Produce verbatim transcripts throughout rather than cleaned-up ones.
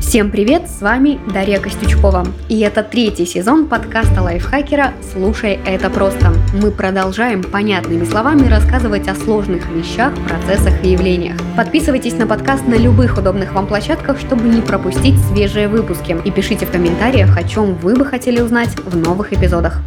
Всем привет, с вами Дарья Костючкова. И это третий сезон подкаста лайфхакера «Слушай, это просто». Мы продолжаем понятными словами рассказывать о сложных вещах, процессах и явлениях. Подписывайтесь на подкаст на любых удобных вам площадках, чтобы не пропустить свежие выпуски. И пишите в комментариях, о чем вы бы хотели узнать в новых эпизодах.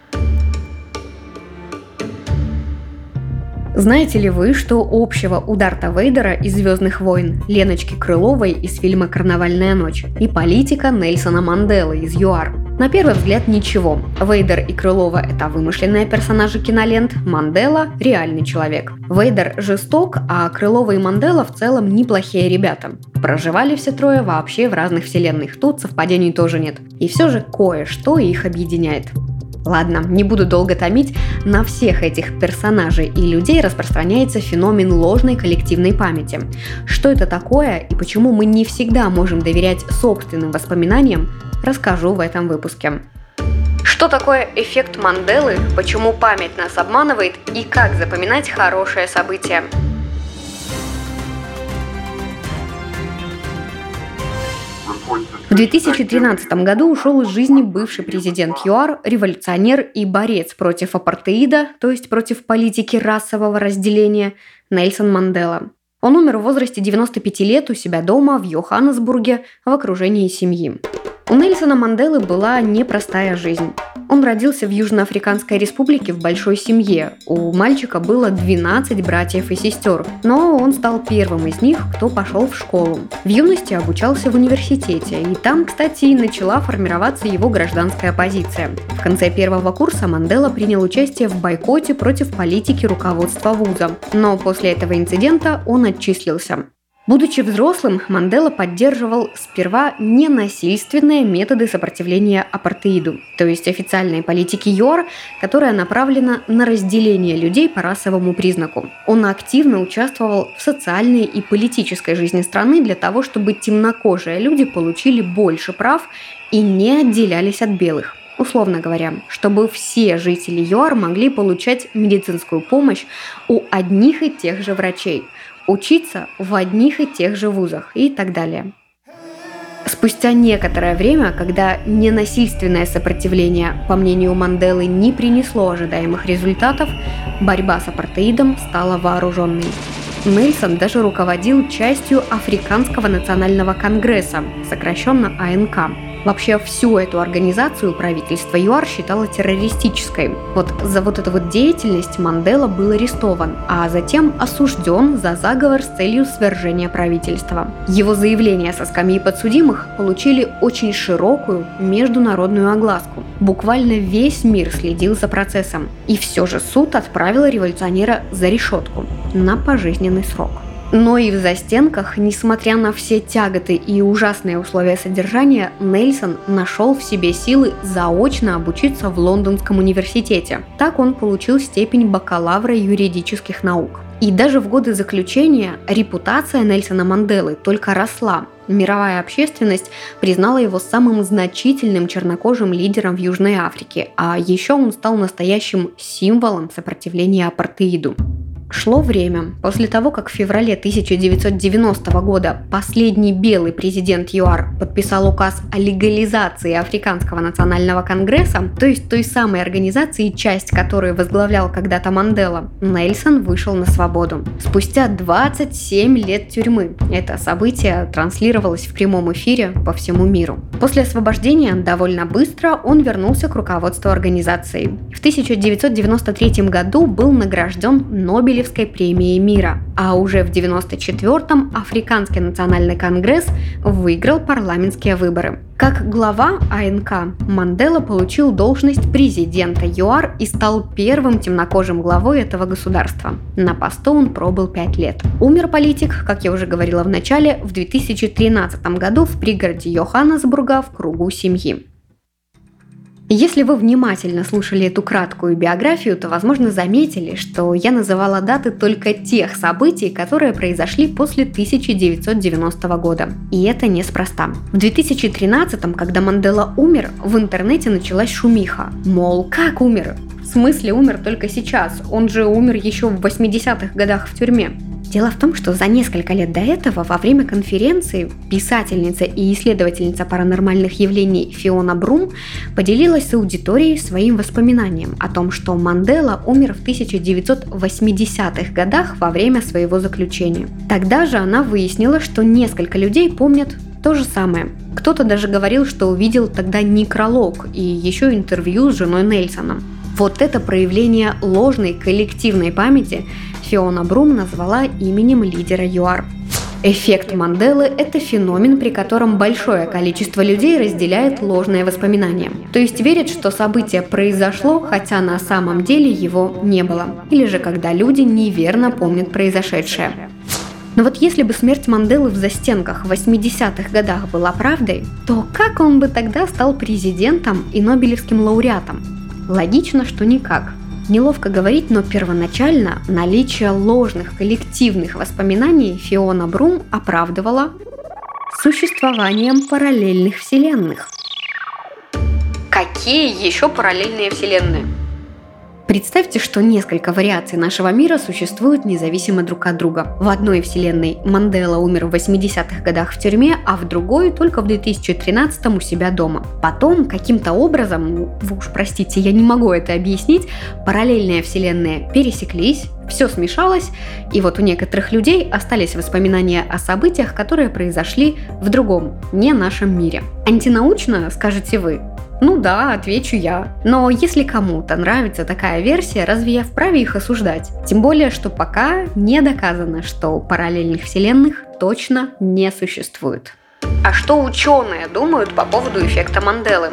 Знаете ли вы, что общего у Дарта Вейдера из «Звездных войн», Леночки Крыловой из фильма «Карнавальная ночь» и политика Нельсона Манделы из ЮАР? На первый взгляд ничего. Вейдер и Крылова – это вымышленные персонажи кинолент, Мандела – реальный человек. Вейдер жесток, а Крылова и Мандела в целом неплохие ребята. Проживали все трое вообще в разных вселенных, тут совпадений тоже нет. И все же кое-что их объединяет. Ладно, не буду долго томить, на всех этих персонажей и людей распространяется феномен ложной коллективной памяти. Что это такое и почему мы не всегда можем доверять собственным воспоминаниям, расскажу в этом выпуске. Что такое эффект Манделы, почему память нас обманывает и как запоминать хорошее событие? В две тысячи тринадцатом году ушел из жизни бывший президент ЮАР, революционер и борец против апартеида, то есть против политики расового разделения, Нельсон Мандела. Он умер в возрасте девяноста пяти лет у себя дома в Йоханнесбурге в окружении семьи. У Нельсона Манделы была непростая жизнь. Он родился в Южноафриканской республике в большой семье. У мальчика было двенадцать братьев и сестер, но он стал первым из них, кто пошел в школу. В юности обучался в университете, и там, кстати, и начала формироваться его гражданская позиция. В конце первого курса Мандела принял участие в бойкоте против политики руководства вуза, но после этого инцидента он отчислился. Будучи взрослым, Мандела поддерживал сперва ненасильственные методы сопротивления апартеиду, то есть официальной политики ЮАР, которая направлена на разделение людей по расовому признаку. Он активно участвовал в социальной и политической жизни страны для того, чтобы темнокожие люди получили больше прав и не отделялись от белых. Условно говоря, чтобы все жители ЮАР могли получать медицинскую помощь у одних и тех же врачей, учиться в одних и тех же вузах и так далее. Спустя некоторое время, когда ненасильственное сопротивление, по мнению Манделы, не принесло ожидаемых результатов, борьба с апартеидом стала вооруженной. Нельсон даже руководил частью Африканского национального конгресса, сокращенно А Н К. Вообще всю эту организацию правительство ЮАР считало террористической. Вот за вот эту вот деятельность Мандела был арестован, а затем осужден за заговор с целью свержения правительства. Его заявления со скамьи подсудимых получили очень широкую международную огласку. Буквально весь мир следил за процессом. И все же суд отправил революционера за решетку на пожизненный срок. Но и в застенках, несмотря на все тяготы и ужасные условия содержания, Нельсон нашел в себе силы заочно обучиться в Лондонском университете. Так он получил степень бакалавра юридических наук. И даже в годы заключения репутация Нельсона Манделы только росла. Мировая общественность признала его самым значительным чернокожим лидером в Южной Африке, а еще он стал настоящим символом сопротивления апартеиду. Шло время. После того, как в феврале тысяча девятьсот девяностого года последний белый президент ЮАР подписал указ о легализации Африканского национального конгресса, то есть той самой организации, часть которой возглавлял когда-то Мандела, Нельсон вышел на свободу. Спустя двадцать семь лет тюрьмы. Это событие транслировалось в прямом эфире по всему миру. После освобождения довольно быстро он вернулся к руководству организации. В тысяча девятьсот девяносто третьем году был награжден Нобелевской премией мира, а уже в девяносто четвёртом Африканский национальный конгресс выиграл парламентские выборы. Как глава А Н К Мандела получил должность президента ЮАР и стал первым темнокожим главой этого государства. На посту он пробыл пять лет. Умер политик, как я уже говорила в начале, в две тысячи тринадцатом году в пригороде Йоханнесбурга в кругу семьи. Если вы внимательно слушали эту краткую биографию, то, возможно, заметили, что я называла даты только тех событий, которые произошли после тысяча девятьсот девяностого года. И это неспроста. В две тысячи тринадцатом, когда Мандела умер, в интернете началась шумиха. Мол, как умер? В смысле умер только сейчас? Он же умер еще в восьмидесятых годах в тюрьме. Дело в том, что за несколько лет до этого во время конференции писательница и исследовательница паранормальных явлений Фиона Брум поделилась с аудиторией своим воспоминанием о том, что Мандела умер в тысяча девятьсот восьмидесятых годах во время своего заключения. Тогда же она выяснила, что несколько людей помнят то же самое. Кто-то даже говорил, что увидел тогда некролог и еще интервью с женой Нельсона. Вот это проявление ложной коллективной памяти Фиона Брум назвала именем лидера ЮАР. Эффект Манделы – это феномен, при котором большое количество людей разделяет ложные воспоминания. То есть верят, что событие произошло, хотя на самом деле его не было. Или же когда люди неверно помнят произошедшее. Но вот если бы смерть Манделы в застенках в восьмидесятых годах была правдой, то как он бы тогда стал президентом и Нобелевским лауреатом? Логично, что никак. Неловко говорить, но первоначально наличие ложных коллективных воспоминаний Фиона Брум оправдывала существованием параллельных вселенных. Какие еще параллельные вселенные? Представьте, что несколько вариаций нашего мира существуют независимо друг от друга. В одной вселенной Мандела умер в восьмидесятых годах в тюрьме, а в другой только в две тысячи тринадцатом у себя дома. Потом каким-то образом, вы уж простите, я не могу это объяснить, параллельные вселенные пересеклись, все смешалось, и вот у некоторых людей остались воспоминания о событиях, которые произошли в другом, не нашем мире. Антинаучно, скажете вы? Ну да, отвечу я. Но если кому-то нравится такая версия, разве я вправе их осуждать? Тем более, что пока не доказано, что параллельных вселенных точно не существует. А что ученые думают по поводу эффекта Манделы?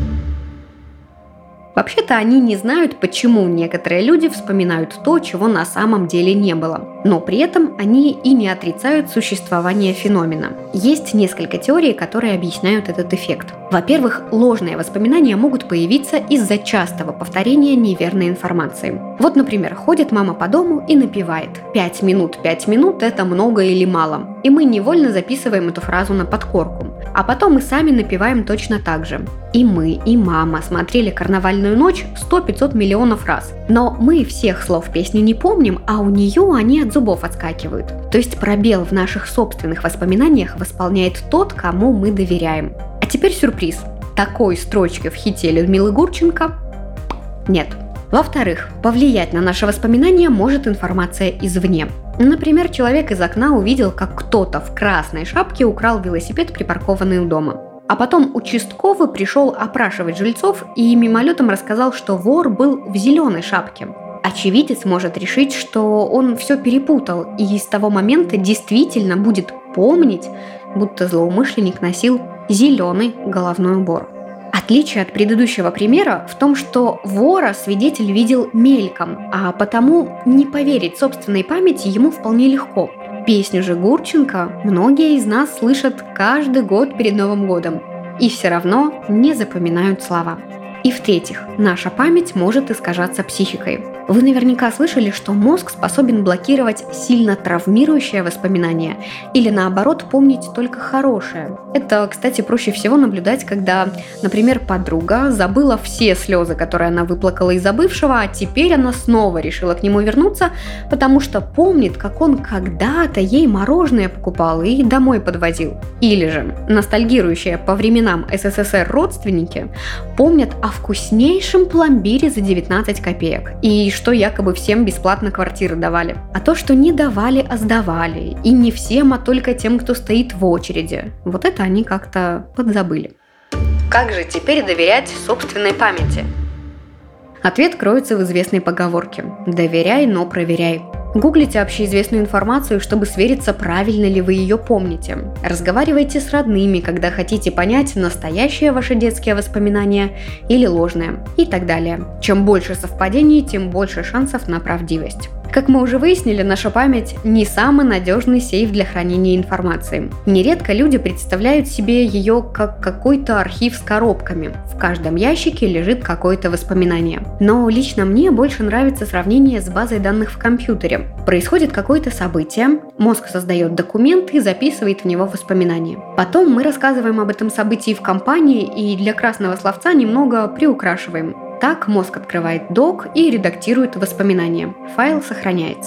Вообще-то они не знают, почему некоторые люди вспоминают то, чего на самом деле не было. Но при этом они и не отрицают существование феномена. Есть несколько теорий, которые объясняют этот эффект. Во-первых, ложные воспоминания могут появиться из-за частого повторения неверной информации. Вот, например, ходит мама по дому и напевает «пять минут, пять минут – это много или мало». И мы невольно записываем эту фразу на подкорку. А потом мы сами напеваем точно так же. И мы, и мама смотрели «Карнавальную ночь» сто-пятьсот миллионов раз. Но мы всех слов песни не помним, а у нее они от зубов отскакивают. То есть пробел в наших собственных воспоминаниях восполняет тот, кому мы доверяем. А теперь сюрприз. Такой строчки в хите Людмилы Гурченко нет. Во-вторых, повлиять на наши воспоминания может информация извне. Например, человек из окна увидел, как кто-то в красной шапке украл велосипед, припаркованный у дома. А потом участковый пришел опрашивать жильцов и мимолетом рассказал, что вор был в зеленой шапке. Очевидец может решить, что он все перепутал и с того момента действительно будет помнить, будто злоумышленник носил зеленый головной убор. Отличие от предыдущего примера в том, что вора свидетель видел мельком, а потому не поверить собственной памяти ему вполне легко. Песню же Гурченко многие из нас слышат каждый год перед Новым годом и все равно не запоминают слова. И в-третьих, наша память может искажаться психикой. Вы наверняка слышали, что мозг способен блокировать сильно травмирующее воспоминание или наоборот помнить только хорошее. Это, кстати, проще всего наблюдать, когда, например, подруга забыла все слезы, которые она выплакала из-за бывшего, а теперь она снова решила к нему вернуться, потому что помнит, как он когда-то ей мороженое покупал и домой подвозил. Или же ностальгирующие по временам СССР родственники помнят о вкуснейшем пломбире за девятнадцать копеек и что якобы всем бесплатно квартиры давали. А то, что не давали, а сдавали. И не всем, а только тем, кто стоит в очереди. Вот это они как-то подзабыли. Как же теперь доверять собственной памяти? Ответ кроется в известной поговорке «Доверяй, но проверяй». Гуглите общеизвестную информацию, чтобы свериться, правильно ли вы ее помните. Разговаривайте с родными, когда хотите понять, настоящие ваши детские воспоминания или ложные, и так далее. Чем больше совпадений, тем больше шансов на правдивость. Как мы уже выяснили, наша память не самый надежный сейф для хранения информации. Нередко люди представляют себе ее как какой-то архив с коробками. В каждом ящике лежит какое-то воспоминание. Но лично мне больше нравится сравнение с базой данных в компьютере. Происходит какое-то событие, мозг создает документ и записывает в него воспоминания. Потом мы рассказываем об этом событии в компании и для красного словца немного приукрашиваем. Так мозг открывает док и редактирует воспоминания. Файл сохраняется.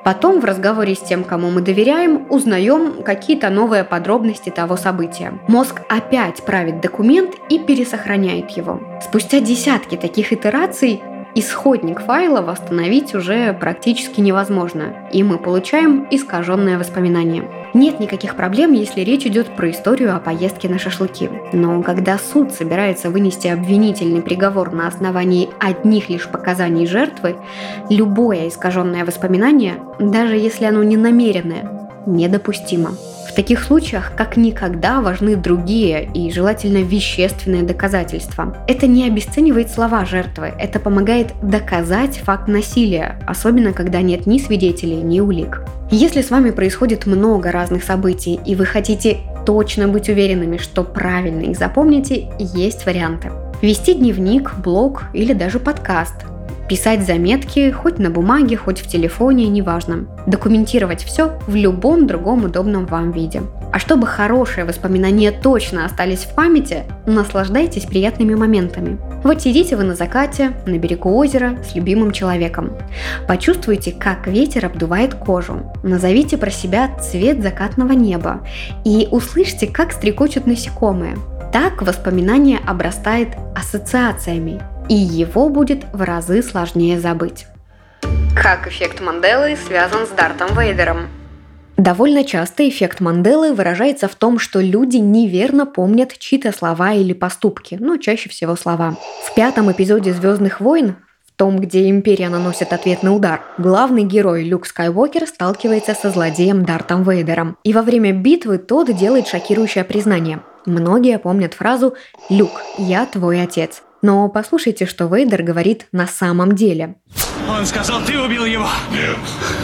Потом в разговоре с тем, кому мы доверяем, узнаем какие-то новые подробности того события. Мозг опять правит документ и пересохраняет его. Спустя десятки таких итераций исходник файла восстановить уже практически невозможно, и мы получаем искаженное воспоминание. Нет никаких проблем, если речь идет про историю о поездке на шашлыки. Но когда суд собирается вынести обвинительный приговор на основании одних лишь показаний жертвы, любое искаженное воспоминание, даже если оно не намеренное, недопустимо. В таких случаях как никогда важны другие и желательно вещественные доказательства. Это не обесценивает слова жертвы, это помогает доказать факт насилия, особенно когда нет ни свидетелей, ни улик. Если с вами происходит много разных событий и вы хотите точно быть уверенными, что правильно их запомните, есть варианты. Вести дневник, блог или даже подкаст. Писать заметки хоть на бумаге, хоть в телефоне, неважно. Документировать все в любом другом удобном вам виде. А чтобы хорошие воспоминания точно остались в памяти, наслаждайтесь приятными моментами. Вот сидите вы на закате, на берегу озера с любимым человеком. Почувствуйте, как ветер обдувает кожу. Назовите про себя цвет закатного неба и услышьте, как стрекочут насекомые. Так воспоминание обрастает ассоциациями, и его будет в разы сложнее забыть. Как эффект Манделы связан с Дартом Вейдером? Довольно часто эффект Манделы выражается в том, что люди неверно помнят чьи-то слова или поступки, но чаще всего слова. В пятом эпизоде «Звездных войн», в том, где Империя наносит ответный удар, главный герой Люк Скайуокер сталкивается со злодеем Дартом Вейдером. И во время битвы тот делает шокирующее признание. Многие помнят фразу «Люк, я твой отец». Но послушайте, что Вейдер говорит на самом деле. Он сказал, ты убил его. Нет,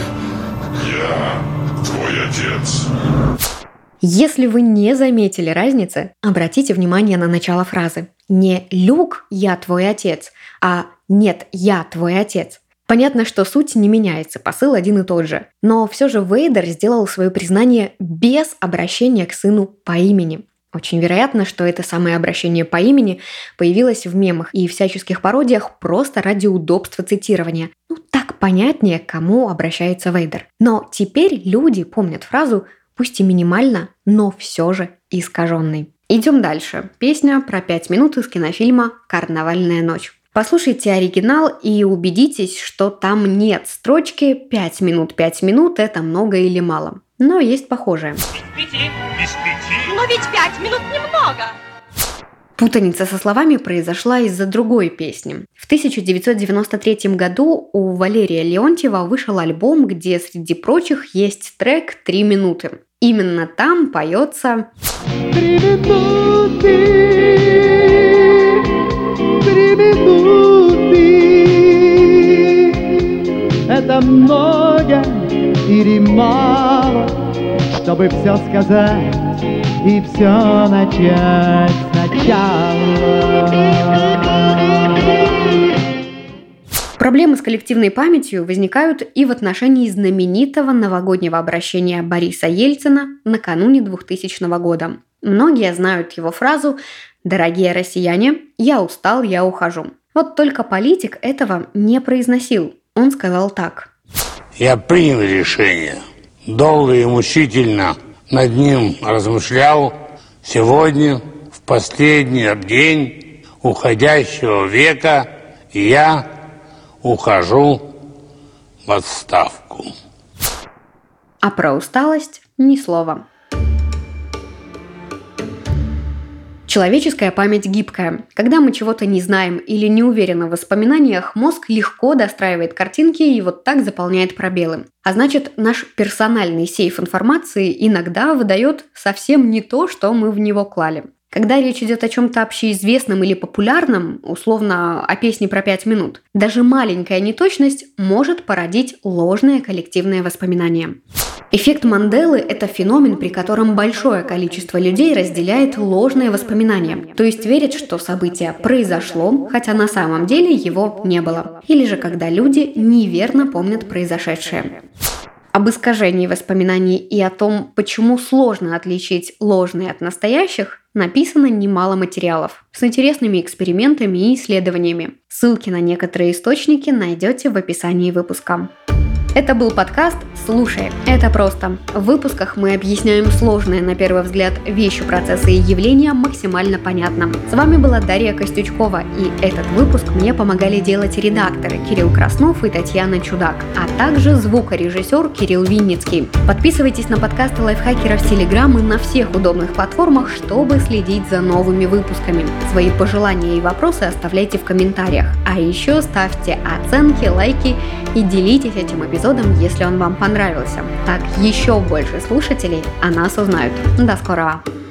я твой отец. Если вы не заметили разницы, обратите внимание на начало фразы. Не «Люк, я твой отец», а «Нет, я твой отец». Понятно, что суть не меняется, посыл один и тот же. Но все же Вейдер сделал свое признание без обращения к сыну по имени. Очень вероятно, что это самое обращение по имени появилось в мемах и всяческих пародиях просто ради удобства цитирования. Ну, так понятнее, к кому обращается Вейдер. Но теперь люди помнят фразу, пусть и минимально, но все же искаженной. Идем дальше. Песня про пять минут из кинофильма «Карнавальная ночь». Послушайте оригинал и убедитесь, что там нет строчки «пять минут, пять минут – это много или мало». Но есть похожее. Без пяти. Без пяти. Но ведь пять минут немного. Путаница со словами произошла из-за другой песни. В тысяча девятьсот девяносто третьем году у Валерия Леонтьева вышел альбом, где среди прочих есть трек «Три минуты». Именно там поется Три минуты, три минуты, это много или мало, чтобы все сказать и все начать сначала. Проблемы с коллективной памятью возникают и в отношении знаменитого новогоднего обращения Бориса Ельцина накануне двухтысячного года. Многие знают его фразу «Дорогие россияне, я устал, я ухожу». Вот только политик этого не произносил. Он сказал так. Я принял решение, долго и мучительно над ним размышлял. Сегодня, в последний день уходящего века, я ухожу в отставку. А про усталость ни слова. Человеческая память гибкая. Когда мы чего-то не знаем или не уверены в воспоминаниях, мозг легко достраивает картинки и вот так заполняет пробелы. А значит, наш персональный сейф информации иногда выдает совсем не то, что мы в него клали. Когда речь идет о чем-то общеизвестном или популярном, условно о песне про пять минут, даже маленькая неточность может породить ложные коллективные воспоминания. Эффект Манделы – это феномен, при котором большое количество людей разделяет ложные воспоминания, то есть верит, что событие произошло, хотя на самом деле его не было. Или же когда люди неверно помнят произошедшее. Об искажении воспоминаний и о том, почему сложно отличить ложные от настоящих, написано немало материалов с интересными экспериментами и исследованиями. Ссылки на некоторые источники найдете в описании выпуска. Это был подкаст «Слушай, это просто». В выпусках мы объясняем сложные, на первый взгляд, вещи, процессы и явления максимально понятно. С вами была Дарья Костючкова, и этот выпуск мне помогали делать редакторы Кирилл Краснов и Татьяна Чудак, а также звукорежиссер Кирилл Винницкий. Подписывайтесь на подкасты лайфхакеров в Телеграм и на всех удобных платформах, чтобы следить за новыми выпусками. Свои пожелания и вопросы оставляйте в комментариях. А еще ставьте оценки, лайки и делитесь этим эпизодом, если он вам понравился. Так еще больше слушателей о нас узнают. До скорого!